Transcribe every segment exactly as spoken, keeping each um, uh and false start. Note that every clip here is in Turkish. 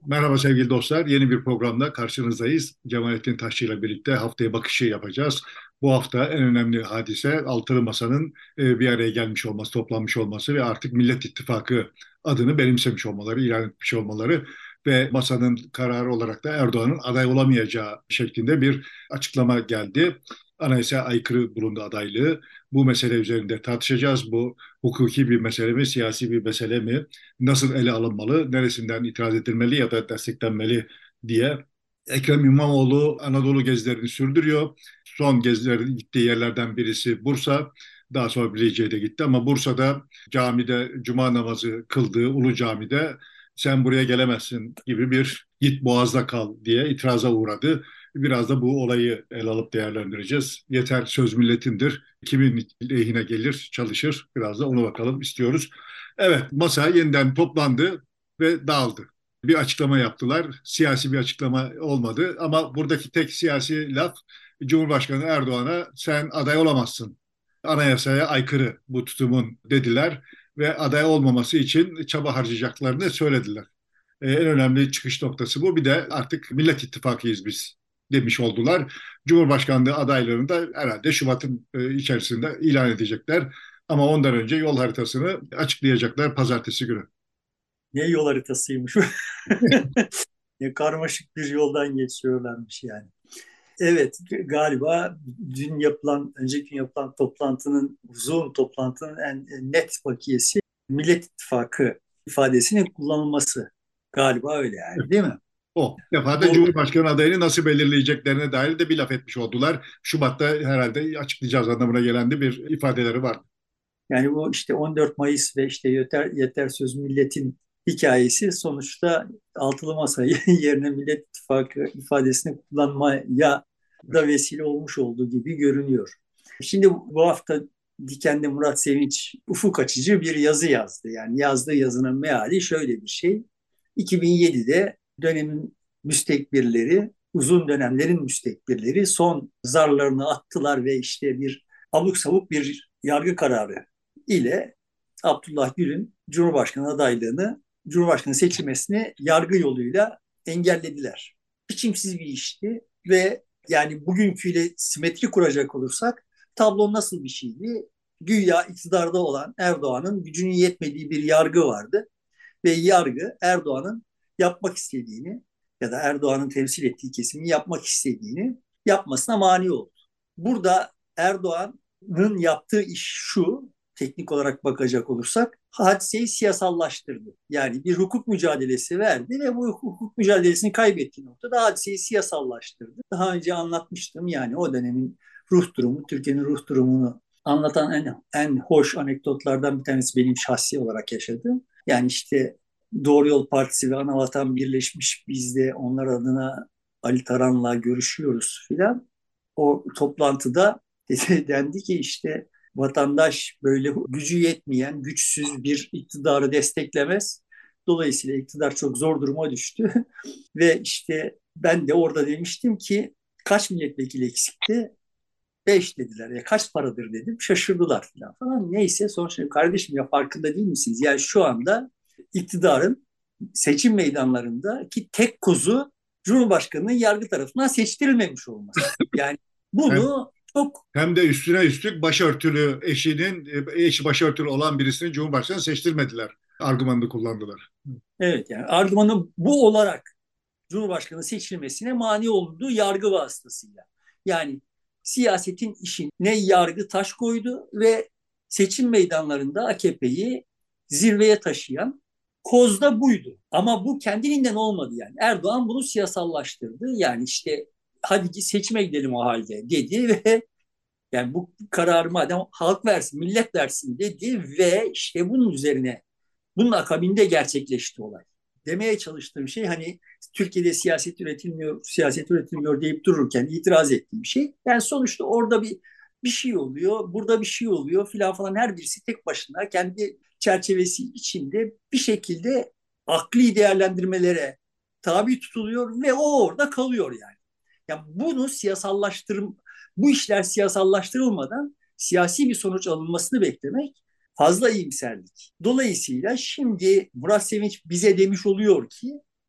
Merhaba sevgili dostlar. Yeni bir programda karşınızdayız. Cemalettin Taşçı ile birlikte haftaya bakışı yapacağız. Bu hafta en önemli hadise Altılı Masa'nın e, bir araya gelmiş olması, toplanmış olması ve artık Millet İttifakı adını benimsemiş olmaları, ilan etmiş olmaları ve masanın kararı olarak da Erdoğan'ın aday olamayacağı şeklinde bir açıklama geldi. Anayasaya aykırı bulundu adaylığı. Bu mesele üzerinde tartışacağız. Bu hukuki bir mesele mi, siyasi bir mesele mi? Nasıl ele alınmalı, neresinden itiraz edilmeli ya da desteklenmeli diye. Ekrem İmamoğlu Anadolu gezilerini sürdürüyor. Son gezilerin gittiği yerlerden birisi Bursa. Daha sonra Bilecik'e de gitti ama Bursa'da camide cuma namazı kıldığı Ulu Cami'de sen buraya gelemezsin gibi bir git boğazda kal diye itiraza uğradı. Biraz da bu olayı ele alıp değerlendireceğiz. Yeter söz milletindir. Kimin lehine gelir, çalışır. Biraz da onu bakalım istiyoruz. Evet, masa yeniden toplandı ve dağıldı. Bir açıklama yaptılar. Siyasi bir açıklama olmadı ama buradaki tek siyasi laf Cumhurbaşkanı Erdoğan'a sen aday olamazsın. Anayasaya aykırı bu tutumun dediler ve aday olmaması için çaba harcayacaklarını söylediler. Ee, en önemli çıkış noktası bu. Bir de artık Millet İttifakıyız biz demiş oldular. Cumhurbaşkanlığı adaylarını da herhalde Şubat'ın e, içerisinde ilan edecekler. Ama ondan önce yol haritasını açıklayacaklar pazartesi günü. Ne yol haritasıymış. Ne karmaşık bir yoldan geçiyorlarmış yani. Evet, galiba dün yapılan, önceki gün yapılan toplantının, uzun toplantının en en net bakiyesi Millet İttifakı ifadesinin kullanılması. Galiba öyle yani, değil mi? O defa da Bu Cumhurbaşkanı adayını nasıl belirleyeceklerine dair de bir laf etmiş oldular. Şubat'ta herhalde açıklayacağız anlamına gelen de bir ifadeleri var. yani bu işte on dört Mayıs ve işte yeter, yeter söz milletin hikayesi sonuçta altılı masa yerine Millet İttifakı ifadesini kullanmaya da vesile olmuş olduğu gibi görünüyor. Şimdi bu hafta Diken'de Murat Sevinç ufuk açıcı bir yazı yazdı. Yani yazdığı yazının meali şöyle bir şey. iki bin yedide dönemin müstekbirleri, uzun dönemlerin müstekbirleri son zarlarını attılar ve işte bir abuk sabuk bir yargı kararı ile Abdullah Gül'ün Cumhurbaşkanı adaylığını, Cumhurbaşkanı seçilmesini yargı yoluyla engellediler. Biçimsiz bir işti ve yani bugünküyle simetri kuracak olursak tablo nasıl bir şeydi? Güya iktidarda olan Erdoğan'ın gücünün yetmediği bir yargı vardı ve yargı Erdoğan'ın yapmak istediğini ya da Erdoğan'ın temsil ettiği kesimin yapmak istediğini yapmasına mani oldu. Burada Erdoğan'ın yaptığı iş şu, teknik olarak bakacak olursak hadiseyi siyasallaştırdı. Yani bir hukuk mücadelesi verdi ve bu hukuk mücadelesini kaybettiği noktada hadiseyi siyasallaştırdı. Daha önce anlatmıştım yani o dönemin ruh durumu, Türkiye'nin ruh durumunu anlatan en, en hoş anekdotlardan bir tanesi benim şahsi olarak yaşadığım. Yani işte Doğru Yol Partisi ve Anavatan birleşmiş biz de onlar adına Ali Taran'la görüşüyoruz filan. O toplantıda dendi ki işte vatandaş böyle gücü yetmeyen, güçsüz bir iktidarı desteklemez. Dolayısıyla iktidar çok zor duruma düştü. Ve işte ben de orada demiştim ki kaç milletvekili eksikti? Beş dediler. Ya kaç paradır dedim. Şaşırdılar falan falan. Neyse sonuçta kardeşim ya farkında değil misiniz? Yani şu anda iktidarın seçim meydanlarındaki tek kozu Cumhurbaşkanı'nın yargı tarafından seçtirilmemiş olması. Yani Hem, bunu çok hem de üstüne üstlük başörtülü eşinin, eşi başörtülü olan birisini Cumhurbaşkanı seçtirmediler. Argümanını kullandılar. evet yani argümanı bu olarak Cumhurbaşkanı seçilmesine mani olduğu yargı vasıtasıyla. Yani siyasetin işine yargı taş koydu ve seçim meydanlarında A K P'yi zirveye taşıyan koz da buydu. Ama bu kendiliğinden olmadı yani. Erdoğan bunu siyasallaştırdı. Yani işte hadi seçime gidelim o halde dedi ve yani bu kararı madem halk versin, millet versin dedi ve işte bunun üzerine bunun akabinde gerçekleşti olay. Demeye çalıştığım şey hani Türkiye'de siyaset üretilmiyor, siyaset üretilmiyor deyip dururken itiraz ettiğim şey. Yani sonuçta orada bir bir şey oluyor, burada bir şey oluyor filan falan her birisi tek başına kendi çerçevesi içinde bir şekilde akli değerlendirmelere tabi tutuluyor ve o orada kalıyor yani. Yani bunu siyasallaştırım, bu işler siyasallaştırılmadan siyasi bir sonuç alınmasını beklemek fazla iyimserlik. Dolayısıyla şimdi Murat Sevinç bize demiş oluyor ki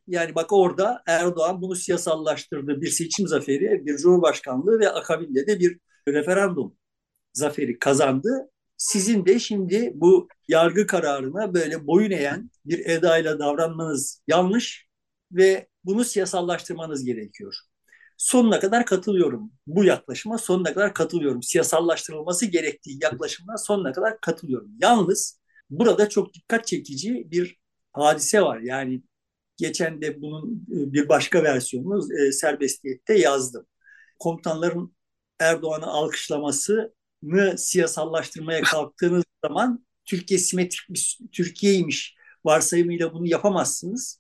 Yani bak orada Erdoğan bunu siyasallaştırdı. Bir seçim zaferi, bir cumhurbaşkanlığı ve akabinde de bir referandum zaferi kazandı. Sizin de şimdi bu yargı kararına böyle boyun eğen bir edayla davranmanız yanlış ve bunu siyasallaştırmanız gerekiyor. Sonuna kadar katılıyorum. Bu yaklaşıma sonuna kadar katılıyorum. Siyasallaştırılması gerektiği yaklaşımına sonuna kadar katılıyorum. Yalnız burada çok dikkat çekici bir hadise var. Yani geçen de bunun e, bir başka versiyonunu e, serbestiyette yazdım. Komutanların Erdoğan'ı alkışlamasını siyasallaştırmaya kalktığınız zaman Türkiye simetrik bir Türkiye'ymiş varsayımıyla bunu yapamazsınız.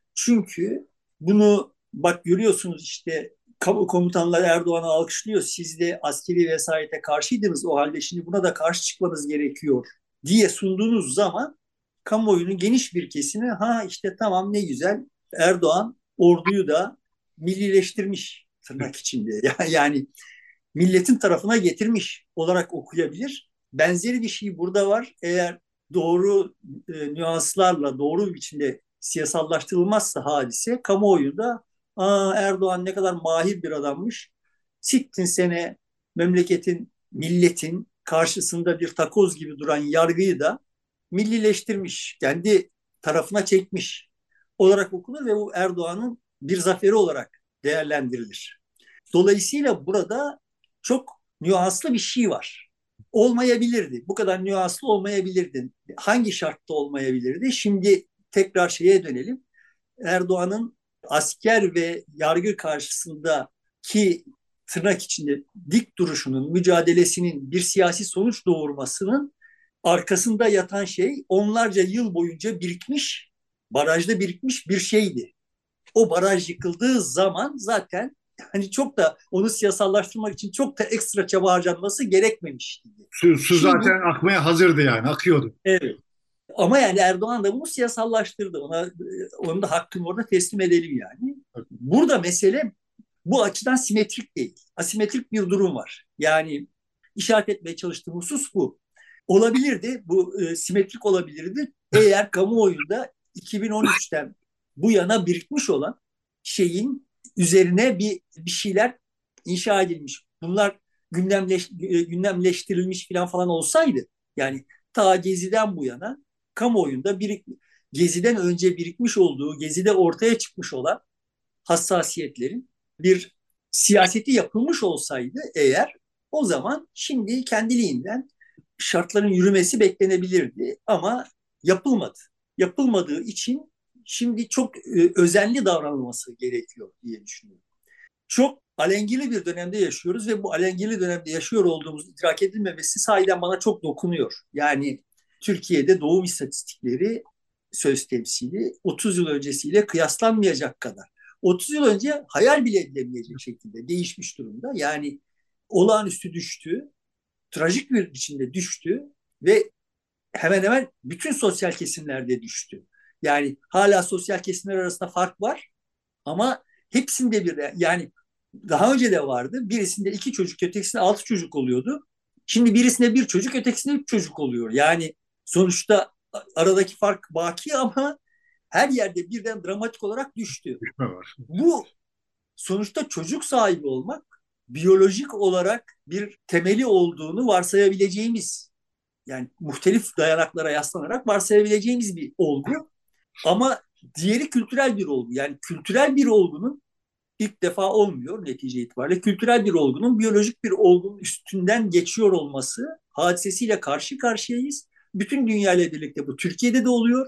Çünkü bunu bak görüyorsunuz işte komutanlar Erdoğan'ı alkışlıyor. Siz de askeri vesayete karşıydınız. O halde şimdi buna da karşı çıkmanız gerekiyor diye sunduğunuz zaman kamuoyunun geniş bir kesimi ha işte tamam ne güzel Erdoğan orduyu da millileştirmiş tırnak içinde. Yani milletin tarafına getirmiş olarak okuyabilir. Benzeri bir şey burada var. Eğer doğru e, nüanslarla doğru bir biçimde siyasallaştırılmazsa hadise kamuoyunda aa, Erdoğan ne kadar mahir bir adammış. Sittin sene memleketin, milletin karşısında bir takoz gibi duran yargıyı da millileştirmiş, kendi tarafına çekmiş olarak okunur ve bu Erdoğan'ın bir zaferi olarak değerlendirilir. Dolayısıyla burada çok nüanslı bir şey var. Olmayabilirdi. Bu kadar nüanslı olmayabilirdi. Hangi şartta olmayabilirdi? Şimdi tekrar şeye dönelim. Erdoğan'ın asker ve yargı karşısındaki tırnak içinde dik duruşunun, mücadelesinin bir siyasi sonuç doğurmasının arkasında yatan şey onlarca yıl boyunca birikmiş, barajda birikmiş bir şeydi. O baraj yıkıldığı zaman zaten hani çok da onu siyasallaştırmak için çok da ekstra çaba harcanması gerekmemişti. Su, su Şimdi zaten akmaya hazırdı yani, akıyordu. evet. Ama yani Erdoğan da bunu siyasallaştırdı. Ona onun da hakkını orada teslim edelim yani. Burada mesele bu açıdan simetrik değil. Asimetrik bir durum var. Yani işaret etmeye çalıştığım husus bu. Olabilirdi, bu e, simetrik olabilirdi. Eğer kamuoyunda iki bin on üçten bu yana birikmiş olan şeyin üzerine bir, bir şeyler inşa edilmiş. Bunlar gündemleş, gündemleştirilmiş falan falan olsaydı yani ta Gezi'den bu yana kamuoyunda birik, Gezi'den önce birikmiş olduğu, Gezi'de ortaya çıkmış olan hassasiyetlerin bir siyaseti yapılmış olsaydı eğer o zaman şimdi kendiliğinden şartların yürümesi beklenebilirdi ama yapılmadı. Yapılmadığı için şimdi çok e, özenli davranılması gerekiyor diye düşünüyorum. Çok alengili bir dönemde yaşıyoruz ve bu alengili dönemde yaşıyor olduğumuz idrak edilmemesi sahiden bana çok dokunuyor. Yani Türkiye'de doğum istatistikleri söz temsili otuz yıl öncesiyle kıyaslanmayacak kadar. otuz yıl önce hayal bile edilemeyecek şekilde değişmiş durumda. Yani olağanüstü düştü, trajik bir biçimde düştü ve hemen hemen bütün sosyal kesimlerde düştü. Yani hala sosyal kesimler arasında fark var ama hepsinde bir de yani daha önce de vardı. Birisinde iki çocuk, ötekisinde altı çocuk oluyordu. Şimdi birisinde bir çocuk, ötekisinde üç çocuk oluyor. Yani sonuçta aradaki fark baki ama her yerde birden dramatik olarak düştü. Düşme var. Bu sonuçta çocuk sahibi olmak biyolojik olarak bir temeli olduğunu varsayabileceğimiz yani muhtelif dayanaklara yaslanarak varsayabileceğimiz bir olgu. Ama diğeri kültürel bir olgu. Yani kültürel bir olgunun ilk defa olmuyor netice itibariyle. Kültürel bir olgunun biyolojik bir olgunun üstünden geçiyor olması hadisesiyle karşı karşıyayız. Bütün dünya ile birlikte bu Türkiye'de de oluyor.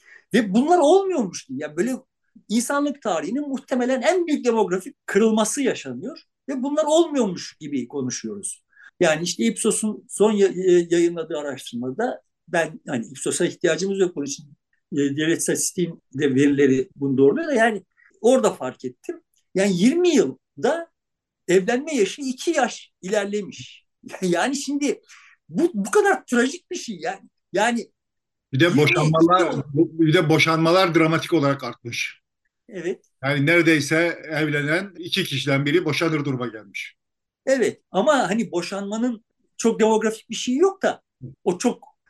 Ve bunlar olmuyormuş gibi. Yani böyle insanlık tarihinin muhtemelen en büyük demografik kırılması yaşanıyor. Ve bunlar olmuyormuş gibi konuşuyoruz. Yani işte Ipsos'un son yayınladığı araştırmada ben hani Ipsos'a ihtiyacımız yok bunun için. E, devlet istatistiğin de verileri bunu doğruluyor da yani orada fark ettim. Yani yirmi yılda evlenme yaşı iki yaş ilerlemiş. Yani şimdi bu bu kadar trajik bir şey yani. Yani Bir de yirmi iki boşanmalar, yıl. bir de boşanmalar dramatik olarak artmış. Evet. Yani neredeyse evlenen iki kişiden biri boşanır duruma gelmiş. Evet ama hani boşanmanın çok demografik bir şeyi yok da o çok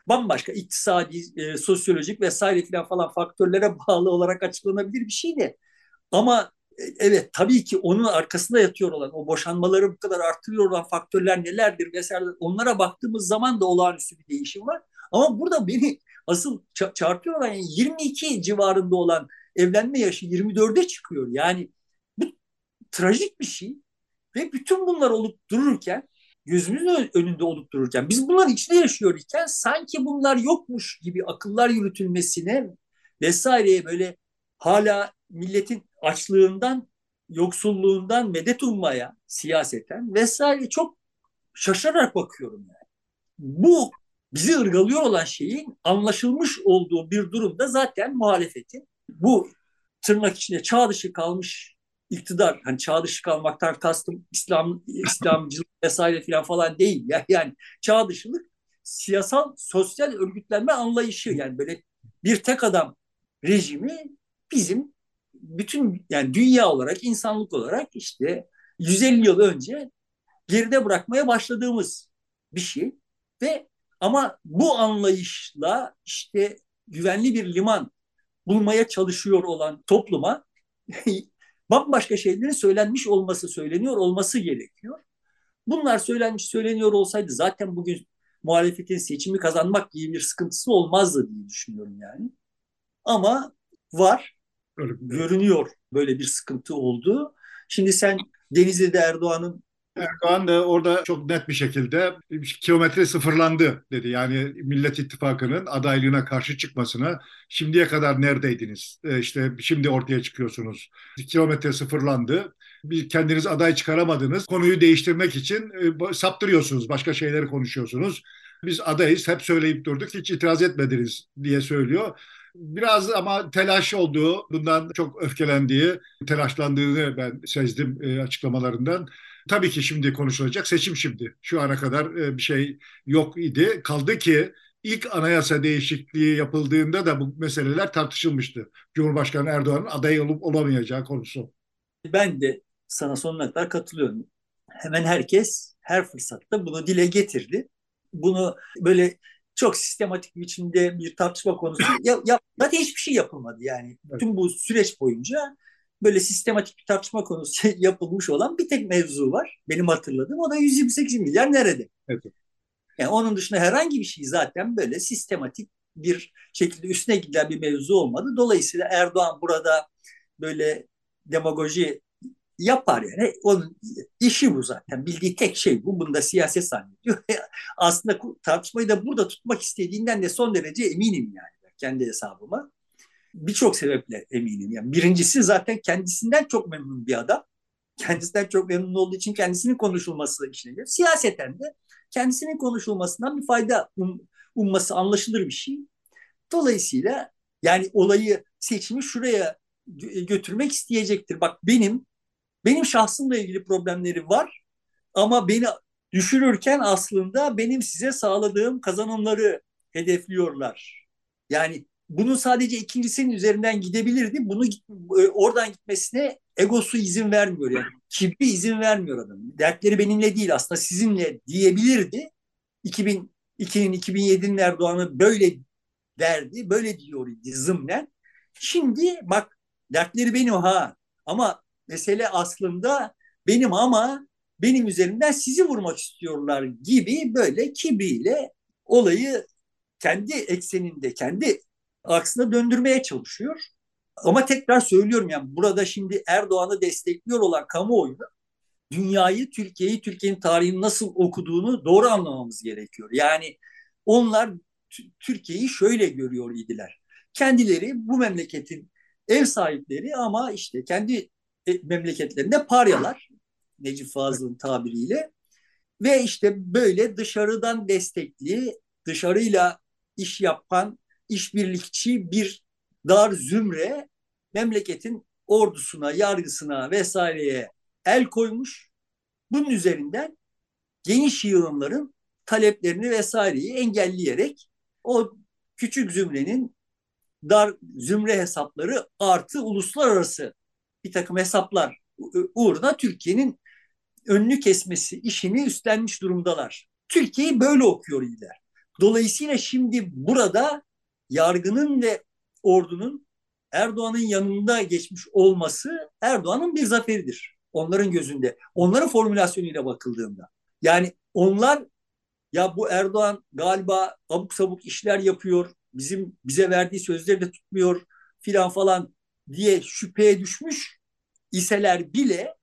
bambaşka iktisadi, e, sosyolojik vesaire filan falan faktörlere bağlı olarak açıklanabilir bir şey de. Ama e, evet, tabii ki onun arkasında yatıyor olan, o boşanmaları bu kadar artırıyor olan faktörler nelerdir vesaire, onlara baktığımız zaman da olağanüstü bir değişim var. Ama burada beni asıl ça- çarpıyor olan, yani yirmi iki civarında olan evlenme yaşı yirmi dörde çıkıyor. Yani bu trajik bir şey. Ve bütün bunlar olup dururken, gözümüzün önünde olup dururken, biz bunların içinde yaşıyorken sanki bunlar yokmuş gibi akıllar yürütülmesine vesaireye, böyle hala milletin açlığından, yoksulluğundan medet ummaya siyaseten vesaire çok şaşırarak bakıyorum yani. Bu bizi ırgalıyor olan şeyin anlaşılmış olduğu bir durumda zaten muhalefetin bu tırnak içinde çağ dışı kalmış iktidar, hani çağ dışı kalmaktan kastım İslam, İslamcılık vesaire filan falan değil. Yani, yani çağ dışılık siyasal sosyal örgütlenme anlayışı, yani böyle bir tek adam rejimi bizim bütün, yani dünya olarak, insanlık olarak işte yüz elli yıl önce geride bırakmaya başladığımız bir şey. Ve ama bu anlayışla işte güvenli bir liman bulmaya çalışıyor olan topluma bambaşka şeylerin söylenmiş olması, söyleniyor olması gerekiyor. Bunlar söylenmiş, söyleniyor olsaydı zaten bugün muhalefetin seçimi kazanmak gibi bir sıkıntısı olmazdı diye düşünüyorum yani. Ama var, Öyle, evet. görünüyor böyle bir sıkıntı olduğu. Şimdi sen Denizli'de Erdoğan'ın, Erdoğan da orada çok net bir şekilde kilometre sıfırlandı dedi. Yani Millet İttifakı'nın adaylığına karşı çıkmasına şimdiye kadar neredeydiniz? E, işte şimdi ortaya çıkıyorsunuz. Kilometre sıfırlandı. Bir kendiniz aday çıkaramadınız. Konuyu değiştirmek için e, saptırıyorsunuz. Başka şeyleri konuşuyorsunuz. Biz adayız, hep söyleyip durduk, hiç itiraz etmediniz diye söylüyor. Biraz ama telaş olduğu, bundan çok öfkelendiği, telaşlandığını ben sezdim e, açıklamalarından. Tabii ki şimdi konuşulacak seçim şimdi. Şu ana kadar e, bir şey yok idi. Kaldı ki ilk anayasa değişikliği yapıldığında da bu meseleler tartışılmıştı. Cumhurbaşkanı Erdoğan'ın aday olup olamayacağı konusu. ben de sana sonuna kadar katılıyorum. Hemen herkes her fırsatta bunu dile getirdi. Bunu böyle çok sistematik bir biçimde bir tartışma konusu ya, ya, zaten hiçbir şey yapılmadı yani. Evet, Tüm bu süreç boyunca böyle sistematik bir tartışma konusu yapılmış olan bir tek mevzu var. Benim hatırladığım, o da yüz yirmi sekiz milyar nerede? evet. Yani onun dışında herhangi bir şey zaten böyle sistematik bir şekilde üstüne gidilen bir mevzu olmadı. Dolayısıyla Erdoğan burada böyle demagoji yapar yani. Onun işi bu zaten. Bildiği tek şey bu. Bunu da siyaset zannediyor. Aslında tartışmayı da burada tutmak istediğinden de son derece eminim yani. Kendi hesabıma. Birçok sebeple eminim. Yani birincisi, zaten kendisinden çok memnun bir adam. Kendisinden çok memnun olduğu için kendisinin konuşulması işleniyor. Siyaseten de kendisinin konuşulmasından bir fayda um, umması anlaşılır bir şey. Dolayısıyla yani olayı, seçimi şuraya götürmek isteyecektir. Bak, benim benim şahsımla ilgili problemleri var ama beni düşürürken aslında benim size sağladığım kazanımları hedefliyorlar. Yani bunun sadece ikincisinin üzerinden gidebilirdi. Bunu e, oradan gitmesine egosu izin vermiyor yani. Kibri izin vermiyor adamın. Dertleri benimle değil, aslında sizinle diyebilirdi. iki bin ikinin iki bin yedinin Erdoğan'ı böyle derdi, böyle diyor idi zımnen. Şimdi bak, dertleri benim ha, ama mesele aslında benim, ama benim üzerimden sizi vurmak istiyorlar gibi böyle kibriyle olayı kendi ekseninde, kendi aksına döndürmeye çalışıyor. Ama tekrar söylüyorum, yani burada şimdi Erdoğan'ı destekliyor olan kamuoyu dünyayı, Türkiye'yi, Türkiye'nin tarihini nasıl okuduğunu doğru anlamamız gerekiyor. Yani onlar Türkiye'yi şöyle görüyor idiler. Kendileri bu memleketin ev sahipleri ama işte kendi e, memleketlerinde paryalar, Necip Fazıl'ın tabiriyle, ve işte böyle dışarıdan destekli, dışarıyla iş yapan, işbirlikçi bir dar zümre memleketin ordusuna, yargısına vesaireye el koymuş. Bunun üzerinden geniş yığınların taleplerini vesaireyi engelleyerek o küçük zümrenin dar zümre hesapları artı uluslararası bir takım hesaplar uğruna Türkiye'nin önünü kesmesi işini üstlenmiş durumdalar. Türkiye'yi böyle okuyor iyiler. Dolayısıyla şimdi burada yargının ve ordunun Erdoğan'ın yanında geçmiş olması Erdoğan'ın bir zaferidir. Onların gözünde. Onların formülasyonuyla bakıldığında. Yani onlar ya bu Erdoğan galiba abuk sabuk işler yapıyor, bizim bize verdiği sözleri de tutmuyor filan falan diye şüpheye düşmüş iseler bile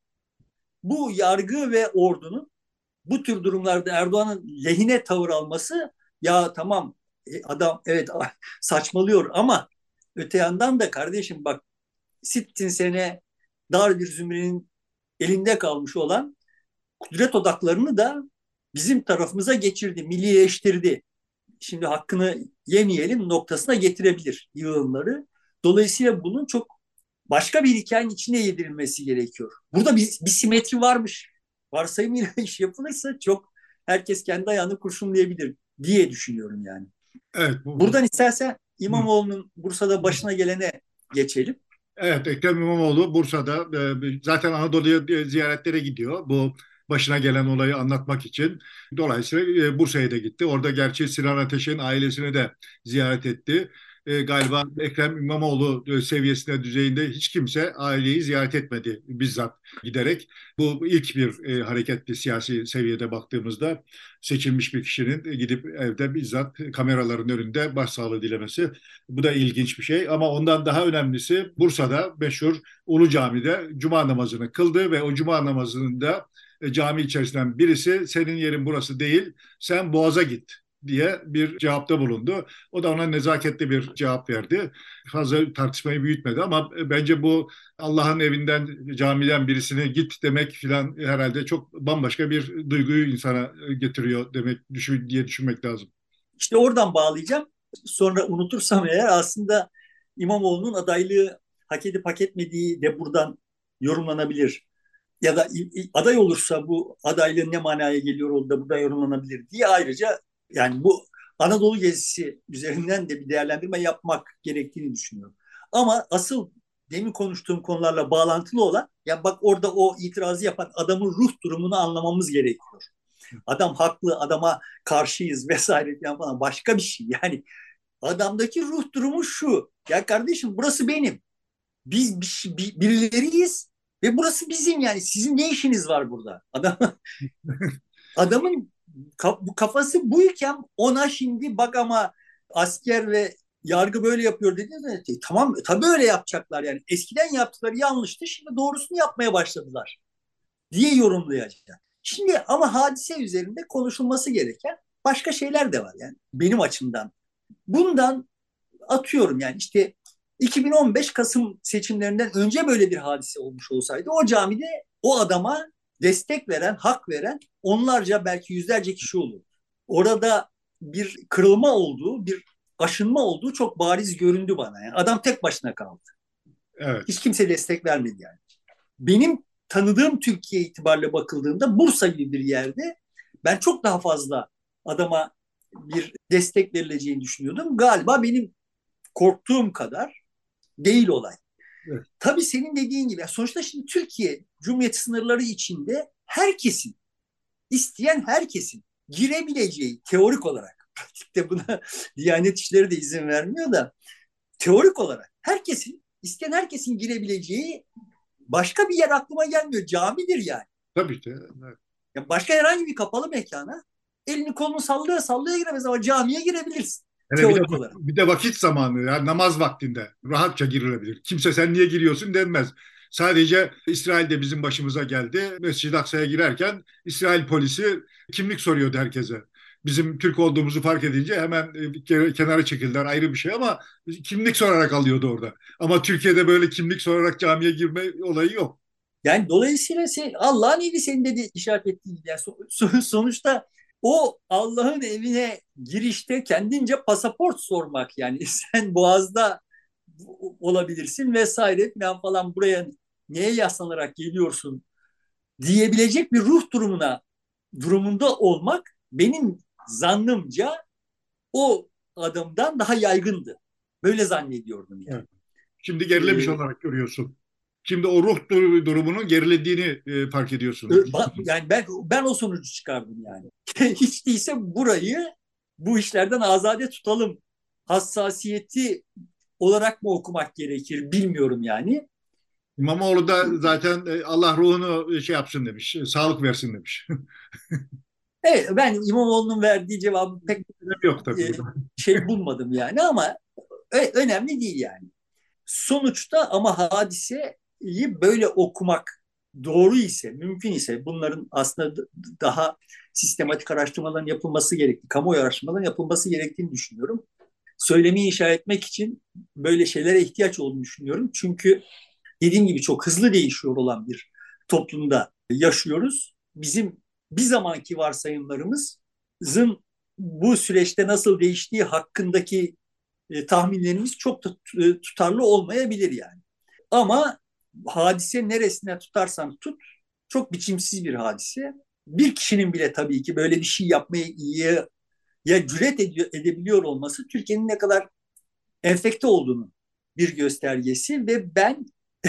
bu yargı ve ordunun bu tür durumlarda Erdoğan'ın lehine tavır alması, ya tamam e, adam evet saçmalıyor ama öte yandan da kardeşim bak sittin sene dar bir zümrenin elinde kalmış olan kudret odaklarını da bizim tarafımıza geçirdi, millileştirdi. Şimdi hakkını yemeyelim noktasına getirebilir yığınları. Dolayısıyla bunun çok başka bir hikayenin içine yedirilmesi gerekiyor. Burada bir, bir simetri varmış. Varsayımıyla iş yapılırsa çok herkes kendi ayağını kurşunlayabilir diye düşünüyorum yani. Evet, bu, bu. Buradan istersen Hı. İmamoğlu'nun Bursa'da başına gelene geçelim. Evet, Ekrem İmamoğlu Bursa'da e, zaten Anadolu'ya e, ziyaretlere gidiyor. Bu başına gelen olayı anlatmak için. Dolayısıyla e, Bursa'ya da gitti. Orada gerçi Sinan Ateş'in ailesini de ziyaret etti. E, galiba Ekrem İmamoğlu e, seviyesinde, düzeyinde hiç kimse aileyi ziyaret etmedi bizzat giderek. Bu ilk bir e, hareketli siyasi seviyede baktığımızda seçilmiş bir kişinin gidip evde bizzat kameraların önünde başsağlığı dilemesi. Bu da ilginç bir şey ama ondan daha önemlisi Bursa'da meşhur Ulu Cami'de cuma namazını kıldı ve o cuma namazının da e, cami içerisinden birisi senin yerin burası değil, sen Boğaz'a git diye bir cevapta bulundu. O da ona nezaketli bir cevap verdi. Fazla tartışmayı büyütmedi ama bence bu Allah'ın evinden, camiden birisine git demek filan herhalde çok bambaşka bir duyguyu insana getiriyor demek düşün, diye düşünmek lazım. İşte oradan bağlayacağım. Sonra unutursam eğer aslında İmamoğlu'nun adaylığı hak edip hak etmediği de buradan yorumlanabilir. Ya da aday olursa bu adaylığın ne manaya geliyor o da burada yorumlanabilir diye ayrıca yani bu Anadolu gezisi üzerinden de bir değerlendirme yapmak gerektiğini düşünüyorum. Ama asıl demin konuştuğum konularla bağlantılı olan ya bak orada o itirazı yapan adamın ruh durumunu anlamamız gerekiyor. Adam haklı, adama karşıyız vesaire falan başka bir şey. Yani adamdaki ruh durumu şu. Ya kardeşim burası benim. Biz bir, bir, birileriyiz ve burası bizim yani. Sizin ne işiniz var burada? Adam, adamın bu kafası buyken ona şimdi bak ama asker ve yargı böyle yapıyor dediğinde tamam tabii öyle yapacaklar yani. Eskiden yaptıkları yanlıştı şimdi doğrusunu yapmaya başladılar diye yorumlayacak. Şimdi ama hadise üzerinde konuşulması gereken başka şeyler de var yani benim açımdan. Bundan atıyorum yani işte iki bin on beş Kasım seçimlerinden önce böyle bir hadise olmuş olsaydı o camide o adama destek veren, hak veren onlarca belki yüzlerce kişi olur. Orada bir kırılma olduğu, bir aşınma olduğu çok bariz göründü bana. Yani adam tek başına kaldı. Evet. Hiç kimse destek vermedi yani. Benim tanıdığım Türkiye itibariyle bakıldığında Bursa gibi bir yerde ben çok daha fazla adama bir destek verileceğini düşünüyordum. Galiba benim korktuğum kadar değil olay. Evet. Tabii senin dediğin gibi sonuçta şimdi Türkiye Cumhuriyeti sınırları içinde herkesin, isteyen herkesin girebileceği teorik olarak, pratikte buna Diyanet İşleri de izin vermiyor da teorik olarak herkesin, isteyen herkesin girebileceği başka bir yer aklıma gelmiyor. Camidir yani. Tabii ki. Evet. Yani başka herhangi bir kapalı mekana elini kolunu sallaya sallaya giremez ama camiye girebilirsin Hele bir de, teorik olarak. bir de vakit zamanı, yani namaz vaktinde rahatça girilebilir. Kimse sen niye giriyorsun denmez. Sadece İsrail'de bizim başımıza geldi. Mescid-i Aksa'ya girerken İsrail polisi kimlik soruyordu herkese. Bizim Türk olduğumuzu fark edince hemen e, kenara çekildiler, ayrı bir şey ama kimlik sorarak alıyordu orada. Ama Türkiye'de böyle kimlik sorarak camiye girme olayı yok. Yani dolayısıyla sen, Allah'ın evi senin dedi işaret ettiğin gibi. Yani so- sonuçta o Allah'ın evine girişte kendince pasaport sormak yani sen Boğaz'da olabilirsin vesaire falan falan buraya neye yaslanarak geliyorsun diyebilecek bir ruh durumuna durumunda olmak benim zannımca o adamdan daha yaygındı. Böyle zannediyordum yani. Evet. Şimdi gerilemiş Ee, olarak görüyorsun. Şimdi o ruh durumunun gerilediğini e, fark ediyorsun. yani ben ben o sonucu çıkardım yani. Hiç değilse burayı bu işlerden azade tutalım hassasiyeti olarak mı okumak gerekir bilmiyorum yani. İmamoğlu da zaten e, Allah ruhunu şey yapsın demiş, e, sağlık versin demiş. Evet, ben İmamoğlu'nun verdiği cevabı pek Yok tabii e, burada. şey bulmadım yani ama ö- önemli değil yani. Sonuçta ama hadiseyi böyle okumak doğru ise, mümkün ise bunların aslında daha sistematik araştırmaların yapılması gerektiği, kamuoyu araştırmaların yapılması gerektiğini düşünüyorum. Söylemi inşa etmek için böyle şeylere ihtiyaç olduğunu düşünüyorum. Çünkü dediğim gibi çok hızlı değişiyor olan bir toplumda yaşıyoruz. Bizim bir zamanki varsayımlarımızın bu süreçte nasıl değiştiği hakkındaki e, tahminlerimiz çok da e, tutarlı olmayabilir yani. Ama hadise neresine tutarsan tut çok biçimsiz bir hadise. Bir kişinin bile tabii ki böyle bir şey yapmaya ya, ya cüret ediyor, edebiliyor olması Türkiye'nin ne kadar enfekte olduğunu bir göstergesi ve ben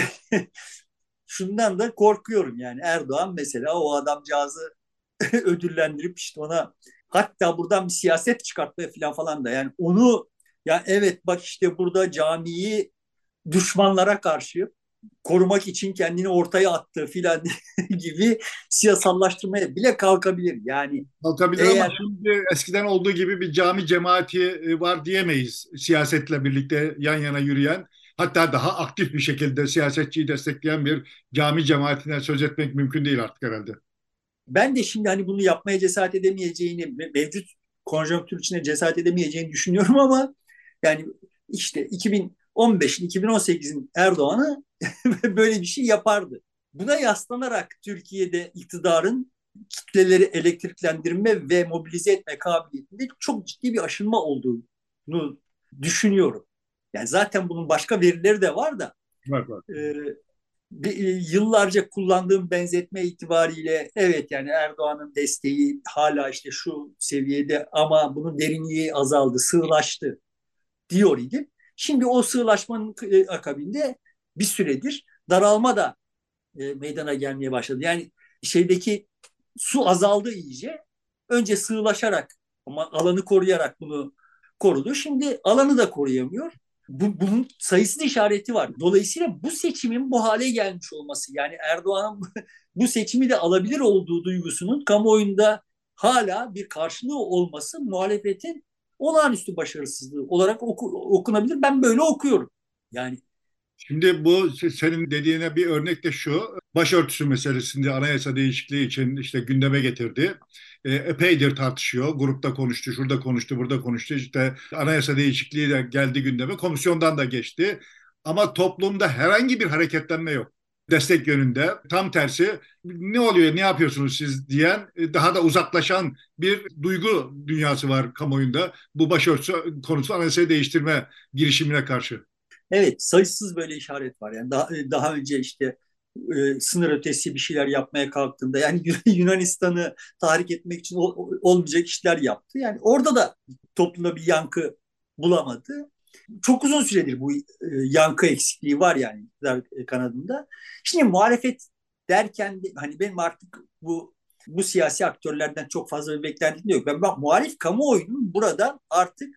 şundan da korkuyorum yani Erdoğan mesela o adamcağızı ödüllendirip işte ona hatta buradan bir siyaset çıkartmaya falan falan da yani onu ya evet bak işte burada camiyi düşmanlara karşı korumak için kendini ortaya attığı filan gibi siyasallaştırmaya bile kalkabilir. Yani Kalkabilir ama eğer şimdi eskiden olduğu gibi bir cami cemaati e, var diyemeyiz. Siyasetle birlikte yan yana yürüyen, hatta daha aktif bir şekilde siyasetçiyi destekleyen bir cami cemaatine söz etmek mümkün değil artık herhalde. ben de şimdi hani bunu yapmaya cesaret edemeyeceğini, mevcut konjonktür içine cesaret edemeyeceğini düşünüyorum ama yani işte iki bin on beşin, iki bin on sekizin Erdoğan'ı böyle bir şey yapardı. Buna yaslanarak Türkiye'de iktidarın kitleleri elektriklendirme ve mobilize etme kabiliyetinde çok ciddi bir aşınma olduğunu düşünüyorum. Yani zaten bunun başka verileri de var da Var var. e, bir, yıllarca kullandığım benzetme itibariyle evet yani Erdoğan'ın desteği hala işte şu seviyede ama bunun derinliği azaldı, sığlaştı diyor idim. Şimdi o sığlaşmanın e, akabinde bir süredir daralma da e, meydana gelmeye başladı. Yani şeydeki su azaldı iyice. Önce sığlaşarak ama alanı koruyarak bunu korudu. Şimdi alanı da koruyamıyor. Bu, bunun sayısız işareti var. Dolayısıyla bu seçimin bu hale gelmiş olması yani Erdoğan'ın bu seçimi de alabilir olduğu duygusunun kamuoyunda hala bir karşılığı olması muhalefetin olağanüstü başarısızlığı olarak oku, okunabilir. Ben böyle okuyorum. Yani Şimdi bu senin dediğine bir örnek de şu. Başörtüsü meselesinde anayasa değişikliği için işte gündeme getirdi. E, epeydir tartışıyor. Grupta konuştu, şurada konuştu, burada konuştu. İşte anayasa değişikliği de geldi gündeme. Komisyondan da geçti. Ama toplumda herhangi bir hareketlenme yok. Destek yönünde. Tam tersi ne oluyor, ne yapıyorsunuz siz diyen e, daha da uzaklaşan bir duygu dünyası var kamuoyunda. Bu başörtüsü konusu anayasayı değiştirme girişimine karşı. evet, sayısız böyle işaret var. Yani daha, daha önce işte e, sınır ötesi bir şeyler yapmaya kalktığında yani Yunanistan'ı tahrik etmek için ol- olmayacak işler yaptı. Yani orada da toplumda bir yankı bulamadı. Çok uzun süredir bu e, yankı eksikliği var yani iktidar kanadında. Şimdi muhalefet derken de, hani benim artık bu bu siyasi aktörlerden çok fazla bir beklentim de yok. Ben bak muhalif kamuoyunun burada artık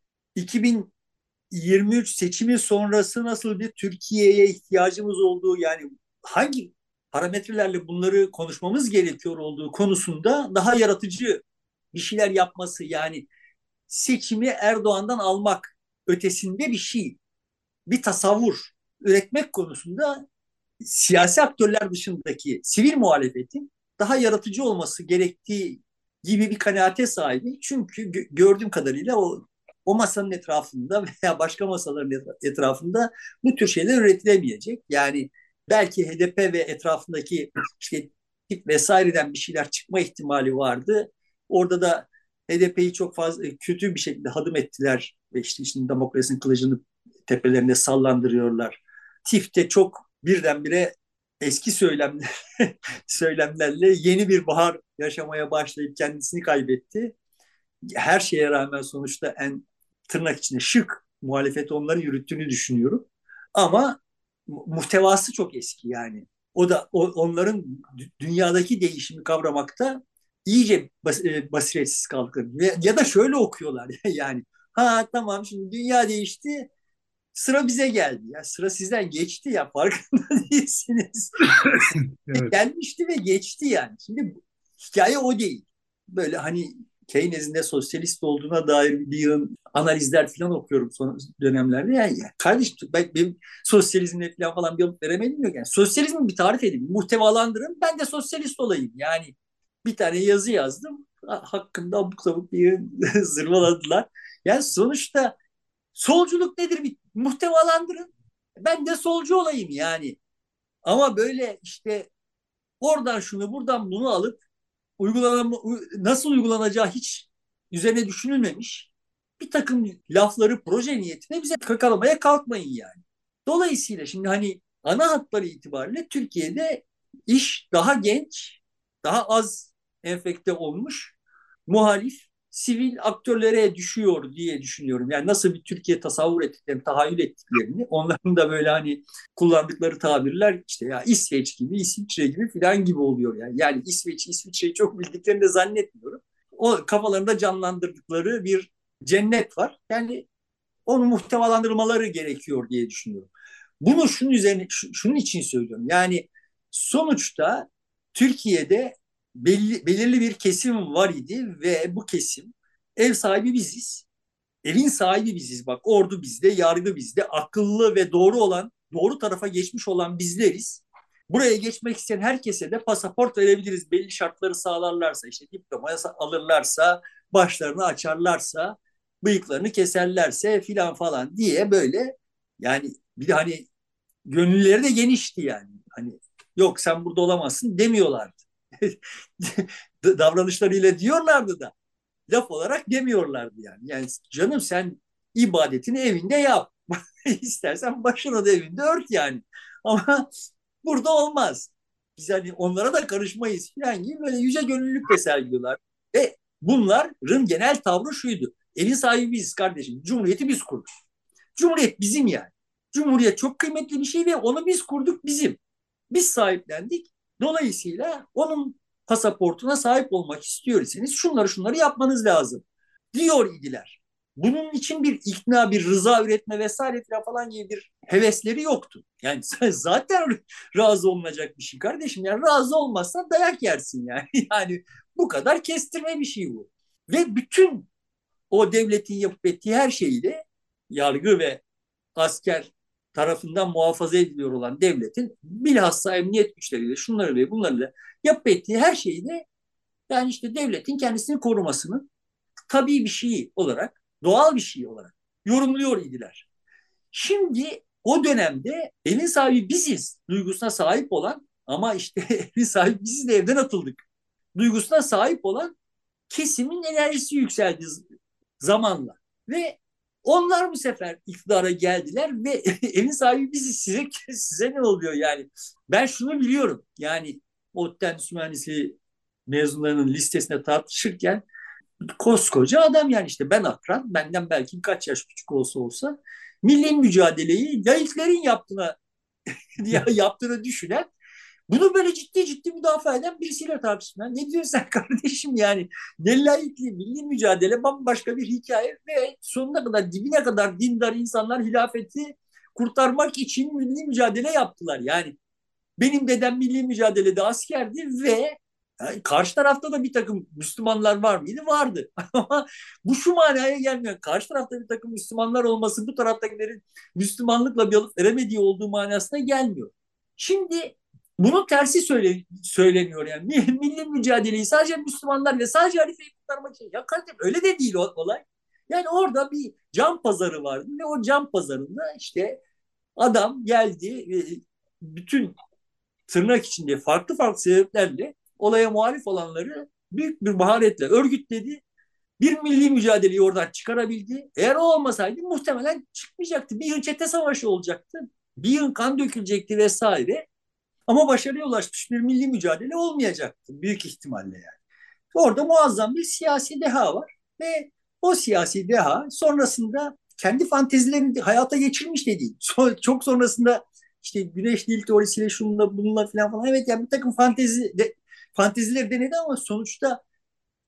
iki bin yirmi üç seçimi sonrası nasıl bir Türkiye'ye ihtiyacımız olduğu yani hangi parametrelerle bunları konuşmamız gerekiyor olduğu konusunda daha yaratıcı bir şeyler yapması yani seçimi Erdoğan'dan almak ötesinde bir şey, bir tasavvur üretmek konusunda siyasi aktörler dışındaki sivil muhalefetin daha yaratıcı olması gerektiği gibi bir kanaate sahibi. Çünkü gördüğüm kadarıyla o o masanın etrafında veya başka masaların etrafında bu tür şeyler üretilemeyecek. Yani belki H D P ve etrafındaki işte tip vesaireden bir şeyler çıkma ihtimali vardı. Orada da H D P'yi çok fazla kötü bir şekilde hadım ettiler ve işte şimdi demokrasinin kılıcını tepelerinde sallandırıyorlar. Tif'te çok birdenbire eski söylemler, söylemlerle yeni bir bahar yaşamaya başlayıp kendisini kaybetti. Her şeye rağmen sonuçta en tırnak içinde şık muhalefet onları yürüttüğünü düşünüyorum. Ama muhtevası çok eski yani. O da o, onların dünyadaki değişimi kavramakta iyice bas, e, basiretsiz kaldıklarını ya, ya da şöyle okuyorlar yani, ha tamam şimdi dünya değişti, sıra bize geldi. Ya sıra sizden geçti ya, farkında değilsiniz. Evet. Gelmişti ve geçti yani. Şimdi hikaye o değil. Böyle hani Keynes'in de sosyalist olduğuna dair bir yığın analizler falan okuyorum son dönemlerde. Yani ya kardeşim, ben, benim sosyalizmle falan falan bir alıp veremedim yok. Yani sosyalizmi bir tarif edin, muhtevalandırın. Ben de sosyalist olayım. Yani bir tane yazı yazdım. Hakkında abuk sabuk bir zırvaladılar. Yani sonuçta solculuk nedir? Bir muhtevalandırın. Ben de solcu olayım yani. Ama böyle işte oradan şunu buradan bunu alıp uygulama, nasıl uygulanacağı hiç üzerine düşünülmemiş bir takım lafları proje niyetine bize kakalamaya kalkmayın yani. Dolayısıyla şimdi hani ana hatları itibariyle Türkiye'de iş daha genç, daha az enfekte olmuş, muhalif, sivil aktörlere düşüyor diye düşünüyorum. Yani nasıl bir Türkiye tasavvur ettiklerini, tahayyül ettiklerini, onların da böyle hani kullandıkları tabirler işte ya İsveç gibi, İsviçre gibi filan gibi oluyor yani. Yani İsveç, İsviçre'yi çok bildiklerini de zannetmiyorum. O kafalarında canlandırdıkları bir cennet var. Yani onu muhtevalandırmaları gerekiyor diye düşünüyorum. Bunu şunun üzerine, şunun için söylüyorum. Yani sonuçta Türkiye'de belli, belirli bir kesim var idi ve bu kesim, ev sahibi biziz. Evin sahibi biziz. Bak, ordu bizde, yargı bizde, akıllı ve doğru olan, doğru tarafa geçmiş olan bizleriz. Buraya geçmek isteyen herkese de pasaport verebiliriz. Belli şartları sağlarlarsa, işte diploma alırlarsa, başlarını açarlarsa, bıyıklarını keserlerse filan falan diye böyle. Yani bir de hani gönülleri de genişti yani. Hani yok sen burada olamazsın demiyorlardı. Davranışlarıyla diyorlardı da laf olarak demiyorlardı yani. Yani canım sen ibadetini evinde yap. İstersen başına da evinde ört yani. Ama burada olmaz. Biz hani onlara da karışmayız falan gibi böyle yüce gönüllülük de sergiliyorlar. Ve bunların genel tavrı şuydu. Evin sahibi biziz kardeşim. Cumhuriyeti biz kurduk. Cumhuriyet bizim yani. Cumhuriyet çok kıymetli bir şey ve onu biz kurduk, bizim. Biz sahiplendik. Dolayısıyla onun pasaportuna sahip olmak istiyorsanız şunları şunları yapmanız lazım diyor idiler. Bunun için bir ikna, bir rıza üretme vesaire falan gibi bir hevesleri yoktu. Yani zaten razı olunacak bir şey kardeşim. Yani razı olmazsan dayak yersin yani. Yani bu kadar kestirme bir şey bu. Ve bütün o devletin yapıp ettiği her şeyi de yargı ve asker tarafından muhafaza ediliyor olan devletin bilhassa emniyet güçleriyle şunları ve bunları da yapıp ettiği her şeyi de yani işte devletin kendisini korumasının tabii bir şey olarak, doğal bir şey olarak yorumluyor idiler. Şimdi o dönemde evin sahibi biziz duygusuna sahip olan ama işte evin sahibi biziz de evden atıldık duygusuna sahip olan kesimin enerjisi yükseldi zamanla. Ve onlar bu sefer iktidara geldiler ve evin sahibi bizi, size, size ne oluyor yani? Ben şunu biliyorum yani ODTÜ Endüstri Mühendisliği mezunlarının listesine tartışırken koskoca adam yani işte ben akran, benden belki kaç yaş küçük olsa olsa milli mücadeleyi laiklerin yaptığına yaptığını düşünen, bunu böyle ciddi ciddi müdafaa eden birisiyle tartışma. Ne diyorsun sen kardeşim yani? Ne laikliği, milli mücadele bambaşka bir hikaye ve sonuna kadar, dibine kadar dindar insanlar hilafeti kurtarmak için milli mücadele yaptılar. Yani benim dedem milli mücadelede askerdi ve yani karşı tarafta da bir takım Müslümanlar var mıydı? Vardı. Ama bu şu manaya gelmiyor. Karşı tarafta bir takım Müslümanlar olması bu taraftakilerin Müslümanlıkla bir alıp veremediği olduğu manasına gelmiyor. Şimdi bunun tersi söyle, söyleniyor yani. Milli mücadeleyi sadece Müslümanlar ve sadece halifeyi kurtarmak için. Ya kardeşim öyle de değil o olay. Yani orada bir can pazarı vardı ve o can pazarında işte adam geldi ve bütün tırnak içinde farklı farklı sebeplerle olaya muhalif olanları büyük bir maharetle örgütledi. Bir milli mücadeleyi oradan çıkarabildi. Eğer o olmasaydı muhtemelen çıkmayacaktı. Bir yıl çete savaşı olacaktı. Bir yıl kan dökülecekti vesaire. Ama başarıya ulaşmış bir milli mücadele olmayacaktı büyük ihtimalle yani. Orada muazzam bir siyasi deha var ve o siyasi deha sonrasında kendi fantezilerini hayata geçirmiş de değil. Çok sonrasında işte güneş dil teorisiyle şununla bununla falan falan, evet yani bir takım fantezi de, fantezileri denedi ama sonuçta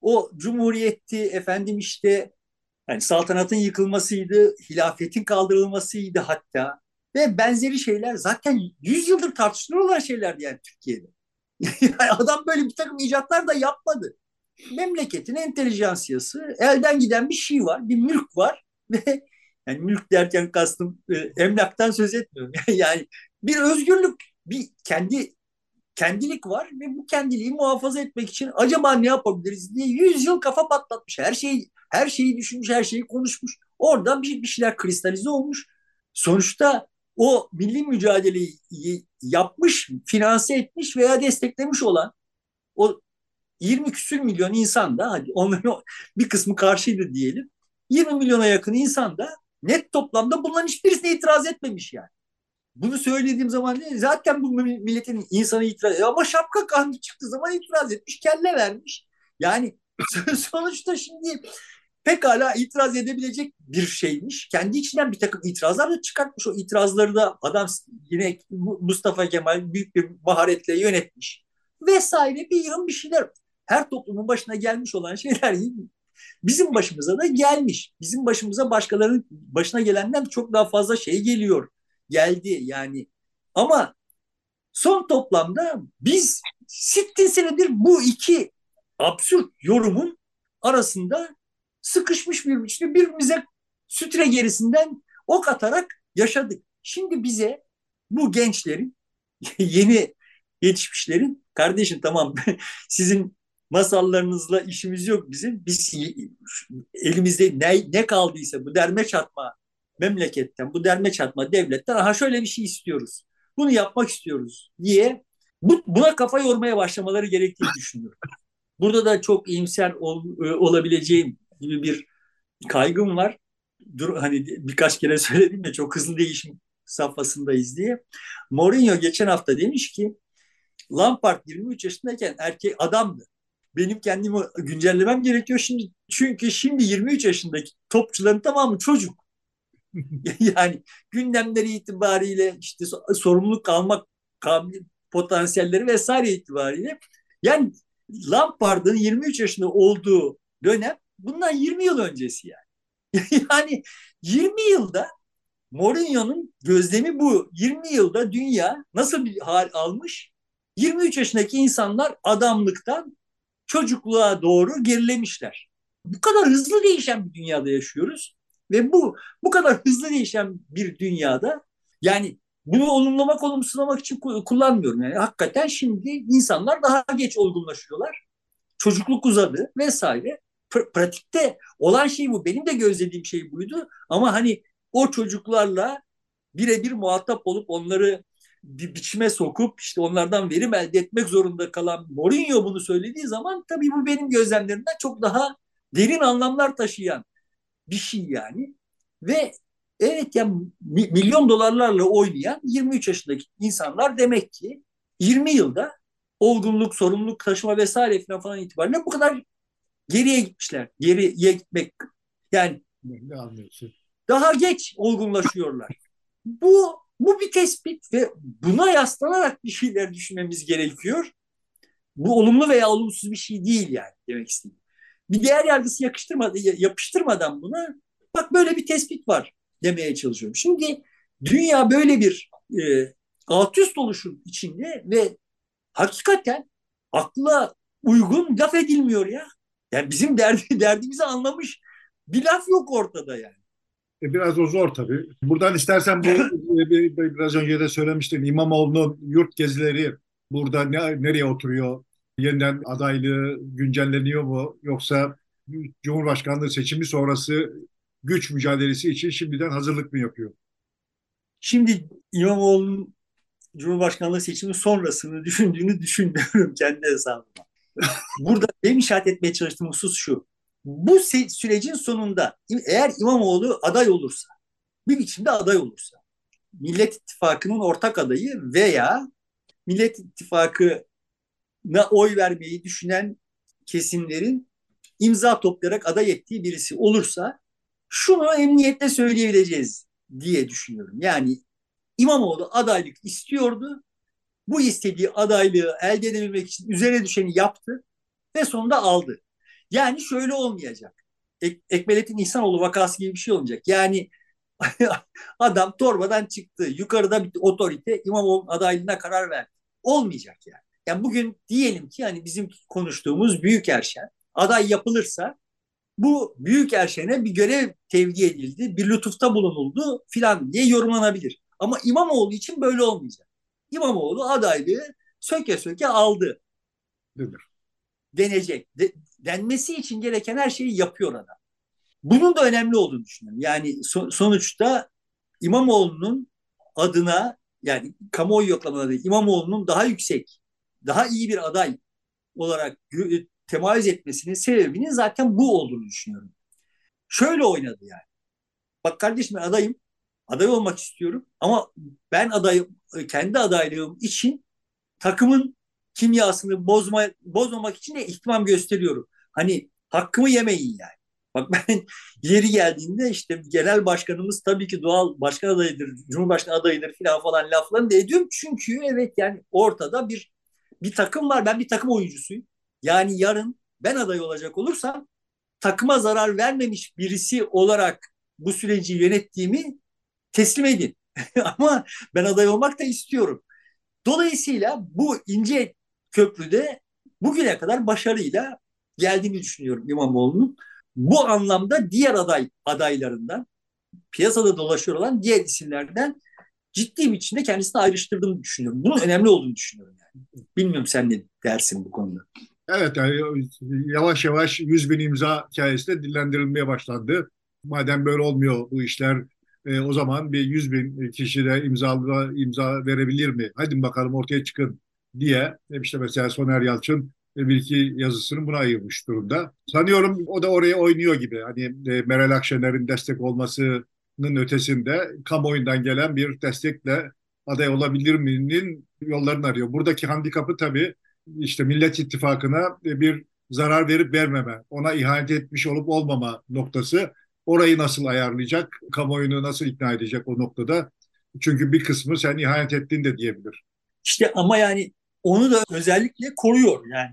o cumhuriyetti, efendim işte yani saltanatın yıkılmasıydı, hilafetin kaldırılmasıydı hatta ve benzeri şeyler zaten yüz yıldır tartışılır olan şeylerdi yani Türkiye'de. Yani adam böyle bir takım icatlar da yapmadı. Memleketin entelijansiyası, elden giden bir şey var, bir mülk var ve yani mülk derken kastım e, emlaktan söz etmiyorum. Yani bir özgürlük, bir kendi kendilik var ve bu kendiliği muhafaza etmek için acaba ne yapabiliriz diye yüz yıl kafa patlatmış. Her şeyi her şeyi düşünmüş, her şeyi konuşmuş. Oradan bir, bir şeyler kristalize olmuş. Sonuçta o milli mücadeleyi yapmış, finanse etmiş veya desteklemiş olan o yirmi küsür milyon insan da, hadi onların bir kısmı karşıydı diyelim. yirmi milyona yakın insan da net toplamda bunların hiçbirisine itiraz etmemiş yani. Bunu söylediğim zaman zaten bu milletin insanı itiraz ediyor. Ama şapka kanunu çıktığı zaman itiraz etmiş, kelle vermiş. Yani sonuçta şimdi pekala itiraz edebilecek bir şeymiş. Kendi içinden bir takım itirazlar da çıkartmış. O itirazları da adam yine Mustafa Kemal büyük bir maharetle yönetmiş. Vesaire bir yığın bir şeyler. Her toplumun başına gelmiş olan şeyler bizim başımıza da gelmiş. Bizim başımıza başkalarının başına gelenden çok daha fazla şey geliyor. Geldi yani. Ama son toplamda biz sittin senedir bu iki absürt yorumun arasında sıkışmış bir biçimde birbirimize sütre gerisinden ok atarak yaşadık. Şimdi bize bu gençlerin, yeni yetişmişlerin, kardeşim tamam sizin masallarınızla işimiz yok bizim. Biz elimizde ne, ne kaldıysa bu derme çatma memleketten, bu derme çatma devletten aha şöyle bir şey istiyoruz. Bunu yapmak istiyoruz diye bu, buna kafa yormaya başlamaları gerektiğini düşünüyorum. Burada da çok iyimser ol, olabileceğim gibi bir kaygım var. Dur, hani birkaç kere söyledim ya çok hızlı değişim safhasındayız diye. Mourinho geçen hafta demiş ki Lampard yirmi üç yaşındayken erkek adamdı. Benim kendimi güncellemem gerekiyor şimdi. Çünkü şimdi yirmi üç yaşındaki topçuların tamamı çocuk. Yani gündemleri itibariyle işte sorumluluk almak potansiyelleri vesaire itibariyle yani Lampard'ın yirmi üç yaşında olduğu dönem bundan yirmi yıl öncesi yani. Yani yirmi yılda Mourinho'nun gözlemi bu. yirmi yılda dünya nasıl bir hal almış? yirmi üç yaşındaki insanlar adamlıktan çocukluğa doğru gerilemişler. Bu kadar hızlı değişen bir dünyada yaşıyoruz ve bu bu kadar hızlı değişen bir dünyada yani bunu olumlamak olumsuzlamak için kullanmıyorum. Yani hakikaten şimdi insanlar daha geç olgunlaşıyorlar. Çocukluk uzadı vesaire. Pr- pratikte olan şey bu. Benim de gözlediğim şey buydu. Ama hani o çocuklarla birebir muhatap olup onları bir biçime sokup işte onlardan verim elde etmek zorunda kalan Mourinho bunu söylediği zaman tabii bu benim gözlemlerimden çok daha derin anlamlar taşıyan bir şey yani. Ve evet ya milyon dolarlarla oynayan yirmi üç yaşındaki insanlar demek ki yirmi yılda olgunluk, sorumluluk taşıma vesaire falan, falan itibariyle bu kadar geriye gitmişler. Geriye gitmek yani Ne anlıyorsun? daha geç olgunlaşıyorlar. Bu bu bir tespit ve buna yaslanarak bir şeyler düşünmemiz gerekiyor. Bu olumlu veya olumsuz bir şey değil yani demek istedim. Bir değer yargısı yakıştırmadan, yapıştırmadan buna bak böyle bir tespit var demeye çalışıyorum. Şimdi dünya böyle bir e, alt üst oluşum içinde ve hakikaten akla uygun laf edilmiyor ya. Yani bizim derdi, derdimizi anlamış bir laf yok ortada yani. E, Biraz o zor tabii. Buradan istersen bu e, bir- bir- biraz önce de söylemiştim. İmamoğlu'nun yurt gezileri burada ne, nereye oturuyor? Yeniden adaylığı güncelleniyor mu? Yoksa Cumhurbaşkanlığı seçimi sonrası güç mücadelesi için şimdiden hazırlık mı yapıyor? Şimdi İmamoğlu'nun Cumhurbaşkanlığı seçimi sonrasını düşündüğünü düşünmüyorum kendi hesabıma. Burada benim işaret etmeye çalıştığım husus şu. Bu sürecin sonunda eğer İmamoğlu aday olursa, bir biçimde aday olursa, Millet İttifakı'nın ortak adayı veya Millet İttifakı'na oy vermeyi düşünen kesimlerin imza toplayarak aday ettiği birisi olursa şunu emniyetle söyleyebileceğiz diye düşünüyorum. Yani İmamoğlu adaylık istiyordu. Bu istediği adaylığı elde edebilmek için üzerine düşeni yaptı ve sonunda aldı. Yani şöyle olmayacak. Ek, Ekmelettin İhsanoğlu vakası gibi bir şey olmayacak. Yani adam torbadan çıktı. Yukarıda bir otorite İmamoğlu'nun adaylığına karar verdi. Olmayacak yani. Yani bugün diyelim ki hani bizim konuştuğumuz Büyükerşen aday yapılırsa bu Büyükerşen'e bir görev tevdi edildi, bir lütufta bulunuldu filan diye yorumlanabilir. Ama İmamoğlu için böyle olmayacak. İmamoğlu adaylığı söke söke aldı Denir. denecek. De, denmesi için gereken her şeyi yapıyor adam. Bunun da önemli olduğunu düşünüyorum. Yani so- sonuçta İmamoğlu'nun adına yani kamuoyu yoklamaları İmamoğlu'nun daha yüksek, daha iyi bir aday olarak temayüz etmesinin sebebinin zaten bu olduğunu düşünüyorum. Şöyle oynadı yani. Bak kardeşim ben adayım. Aday olmak istiyorum ama ben adayım kendi adaylığım için takımın kimyasını bozma, bozmamak için de ihtimam gösteriyorum. Hani hakkımı yemeyin yani. Bak ben yeri geldiğinde işte genel başkanımız tabii ki doğal başkan adayıdır, cumhurbaşkanı adayıdır falan falan laflarını da ediyorum. Çünkü evet yani ortada bir bir takım var. Ben bir takım oyuncusuyum. Yani yarın ben aday olacak olursam takıma zarar vermemiş birisi olarak bu süreci yönettiğimi teslim edin. Ama ben aday olmak da istiyorum. Dolayısıyla bu ince köprüde bugüne kadar başarıyla geldiğini düşünüyorum İmamoğlu'nun. Bu anlamda diğer aday adaylarından, piyasada dolaşıyor olan diğer isimlerden ciddi bir biçimde kendisini ayrıştırdığını düşünüyorum. Bunun önemli olduğunu düşünüyorum yani. Bilmiyorum sen ne dersin bu konuda. Evet, yani yavaş yavaş yüz bin imza hikayesi de dillendirilmeye başlandı. Madem böyle olmuyor bu işler, e, o zaman bir yüz bin kişi de imza, imza verebilir mi? Hadi bakalım ortaya çıkın diye e, işte mesela Soner Yalçın e, bir iki yazısını buna ayırmış durumda. Sanıyorum o da oraya oynuyor gibi. Hani e, Meral Akşener'in destek olmasının ötesinde kamuoyundan gelen bir destekle aday olabilir mi'nin yollarını arıyor. Buradaki handikapı tabii işte Millet İttifakı'na bir zarar verip vermeme, ona ihanet etmiş olup olmama noktası. Orayı nasıl ayarlayacak, kamuoyunu nasıl ikna edecek o noktada? Çünkü bir kısmı sen ihanet ettin de diyebilir. İşte ama yani onu da özellikle koruyor yani.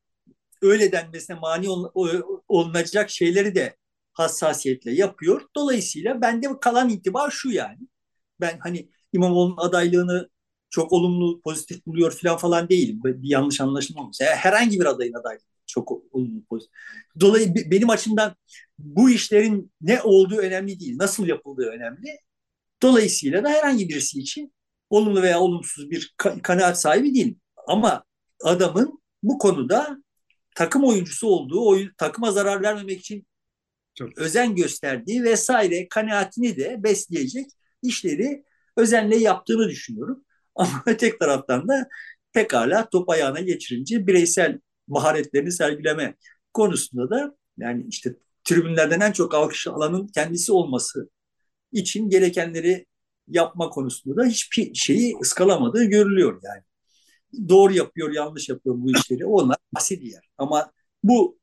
Öyle denmesine mani olunacak şeyleri de hassasiyetle yapıyor. Dolayısıyla bende kalan itibar şu yani. Ben hani İmamoğlu'nun adaylığını çok olumlu, pozitif buluyor falan falan değilim. Bir yanlış anlaşılma olmasın. Yani herhangi bir adayın adaylığı çok olumlu, pozitif. Dolayısıyla benim açımdan bu işlerin ne olduğu önemli değil, nasıl yapıldığı önemli. Dolayısıyla da herhangi birisi için olumlu veya olumsuz bir kanaat sahibi değilim. Ama adamın bu konuda takım oyuncusu olduğu, oyun, takıma zarar vermemek için Çok. özen gösterdiği vesaire kanaatini de besleyecek işleri özenle yaptığını düşünüyorum. Ama öteki taraftan da pekala top ayağına geçirince bireysel maharetlerini sergileme konusunda da yani işte tribünlerden en çok alkış alanın kendisi olması için gerekenleri yapma konusunda da hiçbir şeyi ıskalamadığı görülüyor yani. Doğru yapıyor, yanlış yapıyor bu işleri. Onlar bahsi diğer. Ama bu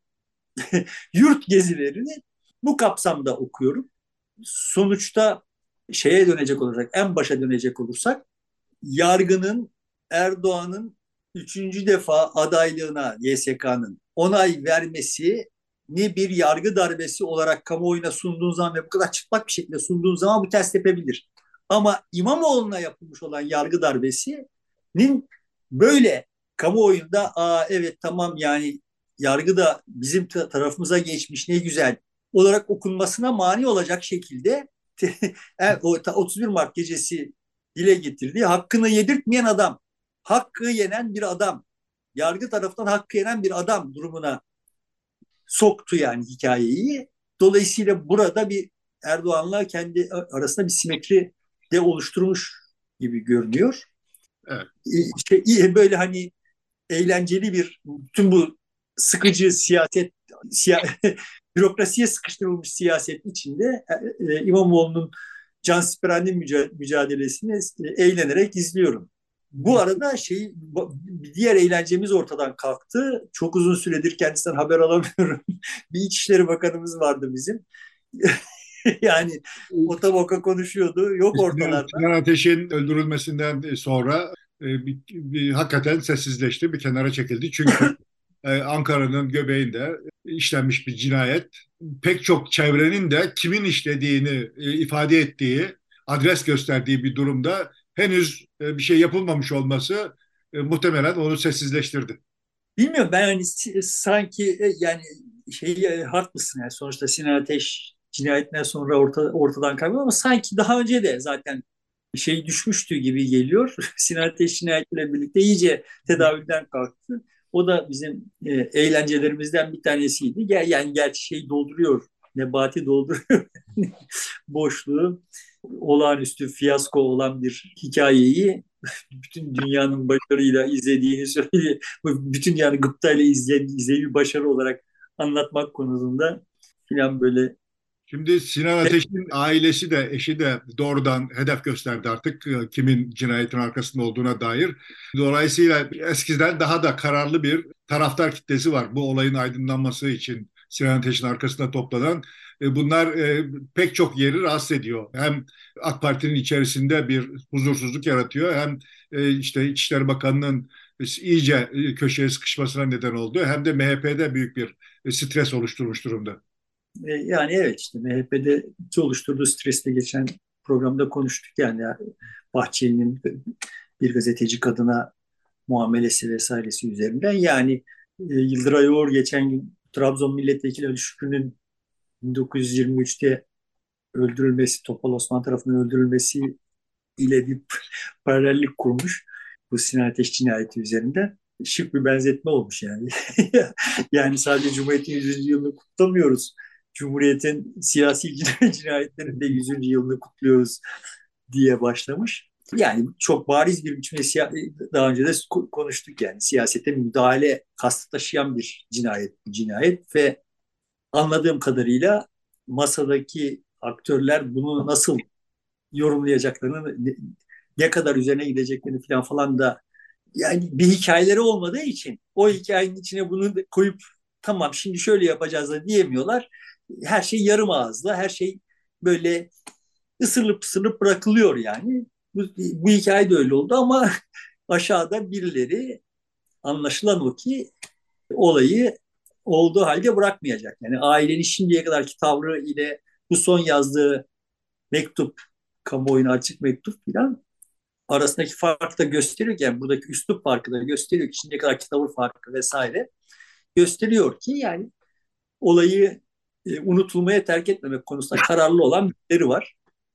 yurt gezilerini bu kapsamda okuyorum. Sonuçta şeye dönecek olursak, en başa dönecek olursak, yargının Erdoğan'ın üçüncü defa adaylığına Y S K'nın onay vermesi ni bir yargı darbesi olarak kamuoyuna sunduğun zaman ve bu kadar çıplak bir şekilde sunduğun zaman bu ters tepebilir. Ama İmamoğlu'na yapılmış olan yargı darbesinin böyle kamuoyunda aa evet tamam yani yargı da bizim tarafımıza geçmiş ne güzel olarak okunmasına mani olacak şekilde otuz bir Mart gecesi dile getirdiği hakkını yedirtmeyen adam, hakkı yenen bir adam, yargı tarafından hakkı yenen bir adam durumuna soktu yani hikayeyi. Dolayısıyla burada bir Erdoğan'la kendi arasında bir simetri de oluşturmuş gibi görünüyor. Evet. Şey, böyle hani eğlenceli bir tüm bu sıkıcı siyaset siya, bürokrasiye sıkıştırılmış siyaset içinde e, İmamoğlu'nun cansiperane mücadelesini e, eğlenerek izliyorum. Bu arada şey bir diğer eğlencemiz ortadan kalktı. Çok uzun süredir kendisinden haber alamıyorum. Bir İçişleri Bakanımız vardı bizim. Yani otoboka konuşuyordu. Yok ortalarda. Sinan Ateş'in öldürülmesinden sonra e, bir, bir, hakikaten sessizleşti, bir kenara çekildi. Çünkü e, Ankara'nın göbeğinde işlenmiş bir cinayet. Pek çok çevrenin de kimin işlediğini e, ifade ettiği, adres gösterdiği bir durumda henüz e, bir şey yapılmamış olması e, muhtemelen onu sessizleştirdi. Bilmiyorum, ben hani si- sanki e, yani şeyi e, haklısın yani, sonuçta Sinan Ateş cinayetinden sonra orta, ortadan kayboldu ama sanki daha önce de zaten şey düşmüştü gibi geliyor. Sinan Ateş cinayetiyle birlikte iyice tedavülden kalktı. O da bizim e, eğlencelerimizden bir tanesiydi. Gel, yani gerçi şey dolduruyor, Nebati dolduruyor boşluğu. Olağanüstü fiyasko olan bir hikayeyi bütün dünyanın başarıyla izlediğini söyledi. Bütün dünyanın gıptayla izleyen, izlediği bir başarı olarak anlatmak konusunda filan böyle. Şimdi Sinan Ateş'in ailesi de eşi de doğrudan hedef gösterdi artık e, kimin cinayetin arkasında olduğuna dair. Dolayısıyla eskiden daha da kararlı bir taraftar kitlesi var bu olayın aydınlanması için Sinan Ateş'in arkasında toplanan. E, Bunlar e, pek çok yeri rahatsız ediyor. Hem AK Parti'nin içerisinde bir huzursuzluk yaratıyor, hem e, işte İçişleri Bakanı'nın iyice e, köşeye sıkışmasına neden oldu. Hem de M H P'de büyük bir e, stres oluşturmuş durumda. E, Yani evet, işte M H P'de oluşturduğu stresle geçen programda konuştuk yani, Bahçeli'nin bir gazeteci kadına muamelesi vesairesi üzerinden. Yani e, Yıldıray Oğur geçen gün Trabzon Milletvekili Ali Şükrü'nün bin dokuz yüz yirmi üçte öldürülmesi, Topal Osman tarafından öldürülmesi ile bir paralellik kurmuş bu Sinan Ateş cinayeti üzerinde. Şık bir benzetme olmuş yani. Yani sadece Cumhuriyet'in yüzüncü yılını kutlamıyoruz. Cumhuriyet'in siyasi cinayetlerinin de yüzüncü yılını kutluyoruz diye başlamış. Yani çok bariz bir biçimde daha önce de konuştuk, yani siyasete müdahale kastı taşıyan bir cinayet bu cinayet ve anladığım kadarıyla masadaki aktörler bunu nasıl yorumlayacaklarını, ne, ne kadar üzerine gideceklerini falan falan da, yani bir hikayeleri olmadığı için o hikayenin içine bunu koyup tamam şimdi şöyle yapacağız da diyemiyorlar. Her şey yarım ağızla, her şey böyle ısırılıp ısırılıp bırakılıyor yani. Bu, bu hikaye de öyle oldu ama aşağıda birileri, anlaşılan o ki, olayı olduğu halde bırakmayacak. Yani ailenin şimdiye kadarki tavrı ile bu son yazdığı mektup, kamuoyuna açık mektup falan arasındaki farkı da gösteriyor ki, yani buradaki üslup farkı da gösteriyor ki, şimdiye kadarki tavır farkı vesaire gösteriyor ki yani olayı e, unutulmaya terk etmemek konusunda kararlı olan birileri var.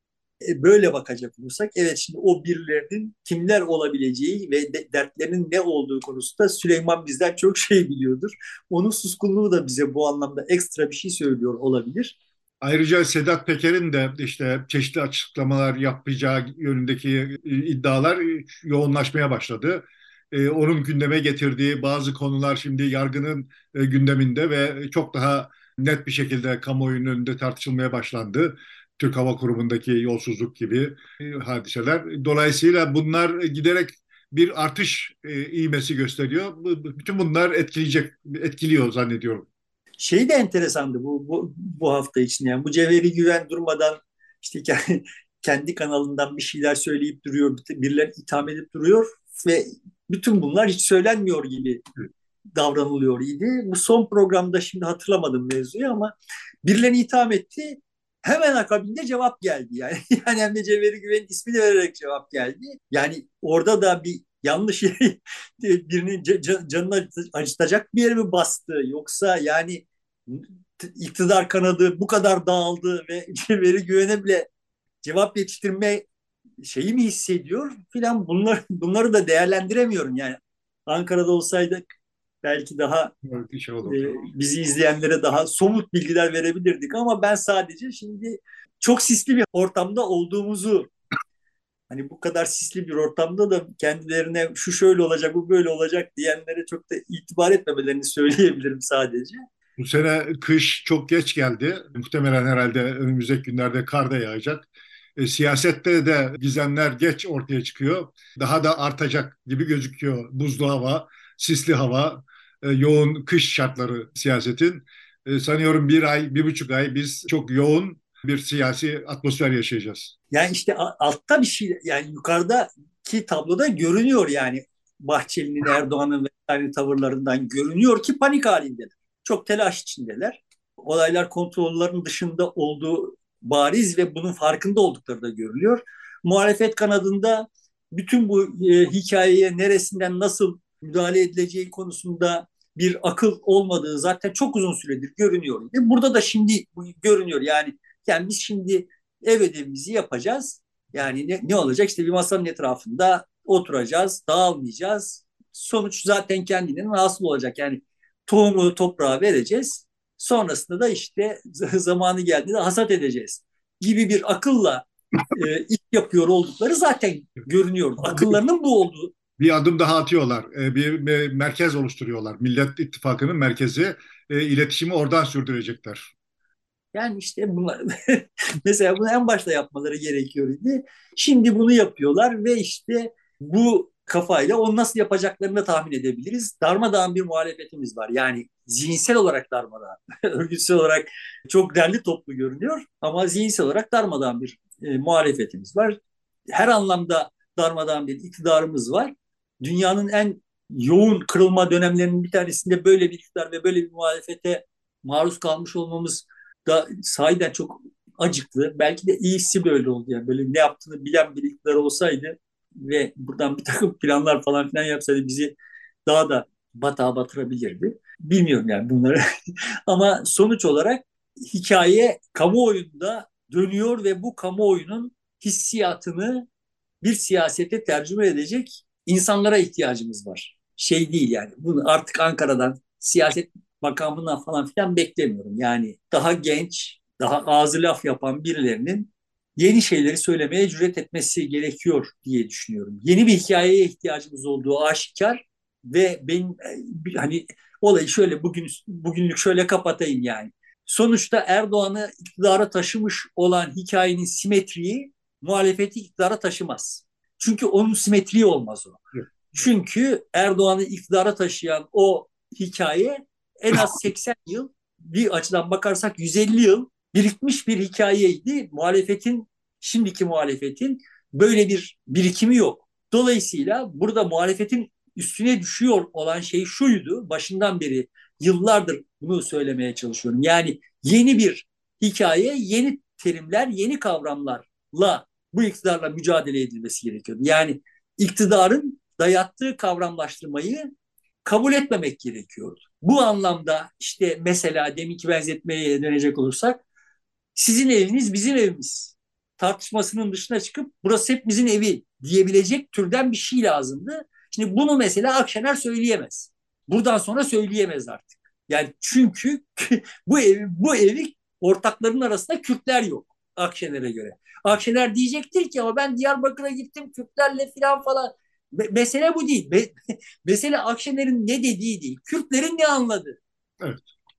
E, böyle bakacak olursak, evet, şimdi o birilerinin kimler olabileceği ve de, dertlerinin ne olduğu konusunda Süleyman bizden çok şey biliyordur. Onun suskunluğu da bize bu anlamda ekstra bir şey söylüyor olabilir. Ayrıca Sedat Peker'in de işte çeşitli açıklamalar yapacağı yönündeki e, iddialar e, yoğunlaşmaya başladı. E, Onun gündeme getirdiği bazı konular şimdi yargının e, gündeminde ve çok daha net bir şekilde kamuoyunun önünde tartışılmaya başlandı. Türk Hava Kurumu'ndaki yolsuzluk gibi e, hadiseler. Dolayısıyla bunlar giderek bir artış e, ivmesi gösteriyor. Bütün bunlar etkileyecek, etkiliyor zannediyorum. Şey de enteresandı bu, bu, bu hafta için, yani bu Cevheri Güven durmadan işte kendi kanalından bir şeyler söyleyip duruyor, birilerini itham edip duruyor ve bütün bunlar hiç söylenmiyor gibi davranılıyor idi. Bu son programda, şimdi hatırlamadım mevzuyu ama, birilerini itham etti. Hemen akabinde cevap geldi yani. Yani hem de Cevheri Güven'in ismini vererek cevap geldi. Yani orada da bir yanlış yere birinin canını acıtacak bir yere mi bastı? Yoksa yani iktidar kanadı bu kadar dağıldı ve Cevheri Güven'e bile cevap yetiştirme şeyi mi hissediyor filan, bunlar, bunları da değerlendiremiyorum yani. Ankara'da olsaydık belki daha Bir şey e, olurdu. bizi izleyenlere daha somut bilgiler verebilirdik ama ben sadece şimdi çok sisli bir ortamda olduğumuzu, hani bu kadar sisli bir ortamda da kendilerine şu şöyle olacak bu böyle olacak diyenlere çok da itibar etmemelerini söyleyebilirim sadece. Bu sene kış çok geç geldi. Muhtemelen herhalde önümüzdeki günlerde kar da yağacak. E, siyasette de gizemler geç ortaya çıkıyor. Daha da artacak gibi gözüküyor. Buzlu hava, sisli hava, e, yoğun kış şartları siyasetin. E, sanıyorum bir ay, bir buçuk ay biz çok yoğun bir siyasi atmosfer yaşayacağız. Yani işte altta bir şey, yani yukarıdaki tabloda görünüyor yani. Bahçeli'nin, Erdoğan'ın vesaire tavırlarından görünüyor ki panik halindeler. Çok telaş içindeler. Olaylar kontrollerin dışında olduğu bariz ve bunun farkında oldukları da görülüyor. Muhalefet kanadında bütün bu e, hikayeye neresinden nasıl müdahale edileceği konusunda bir akıl olmadığı zaten çok uzun süredir görünüyor. E burada da şimdi görünüyor. Yani yani biz şimdi ev ödevimizi yapacağız. Yani ne, ne olacak? İşte bir masanın etrafında oturacağız, dağılmayacağız. Sonuç zaten kendinden hasıl olacak. Yani tohumu toprağa vereceğiz. Sonrasında da işte zamanı geldiğinde hasat edeceğiz gibi bir akılla e, iş yapıyor oldukları zaten görünüyor. Bir, Akıllarının bu olduğu. bir adım daha atıyorlar. E, bir, bir merkez oluşturuyorlar. Millet İttifakı'nın merkezi, e, iletişimi oradan sürdürecekler. Yani işte bunlar mesela bunu en başta yapmaları gerekiyor idi. Şimdi bunu yapıyorlar ve işte bu kafayla onu nasıl yapacaklarını da tahmin edebiliriz. Darmadağın bir muhalefetimiz var. Yani zihinsel olarak darmadağın. Örgütsel olarak çok derli toplu görünüyor ama zihinsel olarak darmadağın bir e, muhalefetimiz var. Her anlamda darmadağın bir iktidarımız var. Dünyanın en yoğun kırılma dönemlerinin bir tanesinde böyle bir iktidar ve böyle bir muhalefete maruz kalmış olmamız da sahiden çok acıklı. Belki de iyisi böyle oldu. Yani böyle ne yaptığını bilen bir iktidar olsaydı ve buradan bir takım planlar falan filan yapsaydı bizi daha da batağa batırabilirdi. Bilmiyorum yani bunları. Ama sonuç olarak hikaye kamuoyunda dönüyor ve bu kamuoyunun hissiyatını bir siyasete tercüme edecek insanlara ihtiyacımız var. Şey değil yani. Bunu artık Ankara'dan, siyaset makamından falan filan beklemiyorum. Yani daha genç, daha ağzı laf yapan birilerinin yeni şeyleri söylemeye cüret etmesi gerekiyor diye düşünüyorum. Yeni bir hikayeye ihtiyacımız olduğu aşikar ve benim hani olayı şöyle bugün bugünlük şöyle kapatayım yani. Sonuçta Erdoğan'ı iktidara taşımış olan hikayenin simetriği muhalefeti iktidara taşımaz. Çünkü onun simetriği olmaz o. Çünkü Erdoğan'ı iktidara taşıyan o hikaye en az seksen yıl, bir açıdan bakarsak yüz elli yıl birikmiş bir hikayeydi. Muhalefetin, şimdiki muhalefetin böyle bir birikimi yok. Dolayısıyla burada muhalefetin üstüne düşüyor olan şey şuydu. Başından beri yıllardır bunu söylemeye çalışıyorum. Yani yeni bir hikaye, yeni terimler, yeni kavramlarla bu iktidarla mücadele edilmesi gerekiyordu. Yani iktidarın dayattığı kavramlaştırmayı kabul etmemek gerekiyordu. Bu anlamda işte mesela deminki benzetmeye dönecek olursak sizin eviniz bizim evimiz tartışmasının dışına çıkıp burası hepimizin evi diyebilecek türden bir şey lazımdı. Şimdi bunu mesela Akşener söyleyemez. Buradan sonra söyleyemez artık. Yani çünkü bu evi bu evi ortaklarının arasında Kürtler yok Akşener'e göre. Akşener diyecektir ki ama ben Diyarbakır'a gittim Kürtlerle falan falan. Mesele bu değil. Mesele Akşener'in ne dediği değil. Kürtlerin ne anladığı. Evet.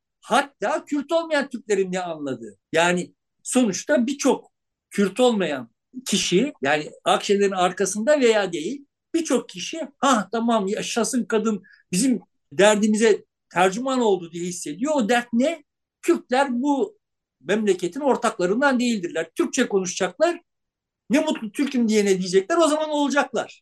Hatta Kürt olmayan Türklerin ne anladığı. Yani sonuçta birçok Kürt olmayan kişi yani Akşener'in arkasında veya değil birçok kişi ha tamam yaşasın kadın bizim derdimize tercüman oldu diye hissediyor. O dert ne? Kürtler bu memleketin ortaklarından değildirler. Türkçe konuşacaklar. Ne mutlu Türk'üm diye ne diyecekler o zaman olacaklar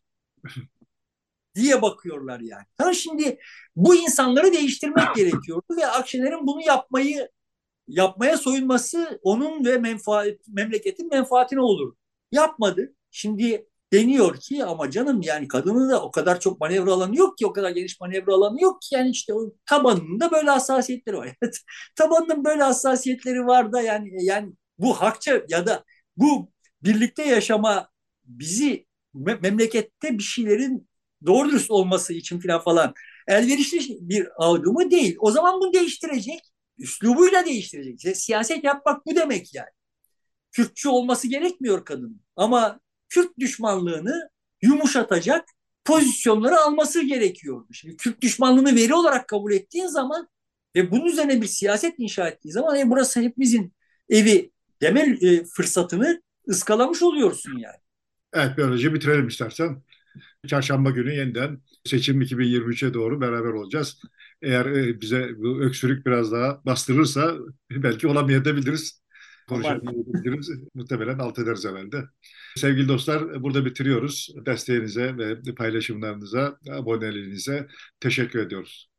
diye bakıyorlar yani. Tabii şimdi bu insanları değiştirmek gerekiyordu ve Akşener'in bunu yapmayı yapmaya soyunması onun ve menfaat, memleketin menfaatine olur. Yapmadı. Şimdi deniyor ki ama canım yani kadının da o kadar çok manevra alanı yok ki, o kadar geniş manevra alanı yok ki yani işte o tabanının da böyle hassasiyetleri var. Tabanının böyle hassasiyetleri var da yani yani bu hakça ya da bu birlikte yaşama bizi me- memlekette bir şeylerin doğru dürüst olması için falan falan elverişli bir algı mı değil. O zaman bunu değiştirecek. Üslubuyla değiştirecek. İşte siyaset yapmak bu demek yani. Kürtçü olması gerekmiyor kadının. Ama Kürt düşmanlığını yumuşatacak pozisyonları alması gerekiyordu. Şimdi Kürt düşmanlığını veri olarak kabul ettiğin zaman ve bunun üzerine bir siyaset inşa ettiği zaman e, burası hepimizin evi deme e, fırsatını ıskalamış oluyorsun yani. Evet, böylece bitirelim istersen. Çarşamba günü yeniden seçim iki bin yirmi üçe doğru beraber olacağız. Eğer e, bize bu öksürük biraz daha bastırırsa belki olamayabiliriz. Aman. konuşabildiğimiz muhtemelen alt ederiz herhalde. Sevgili dostlar, burada bitiriyoruz. Desteğinize ve paylaşımlarınıza, aboneliğinize teşekkür ediyoruz.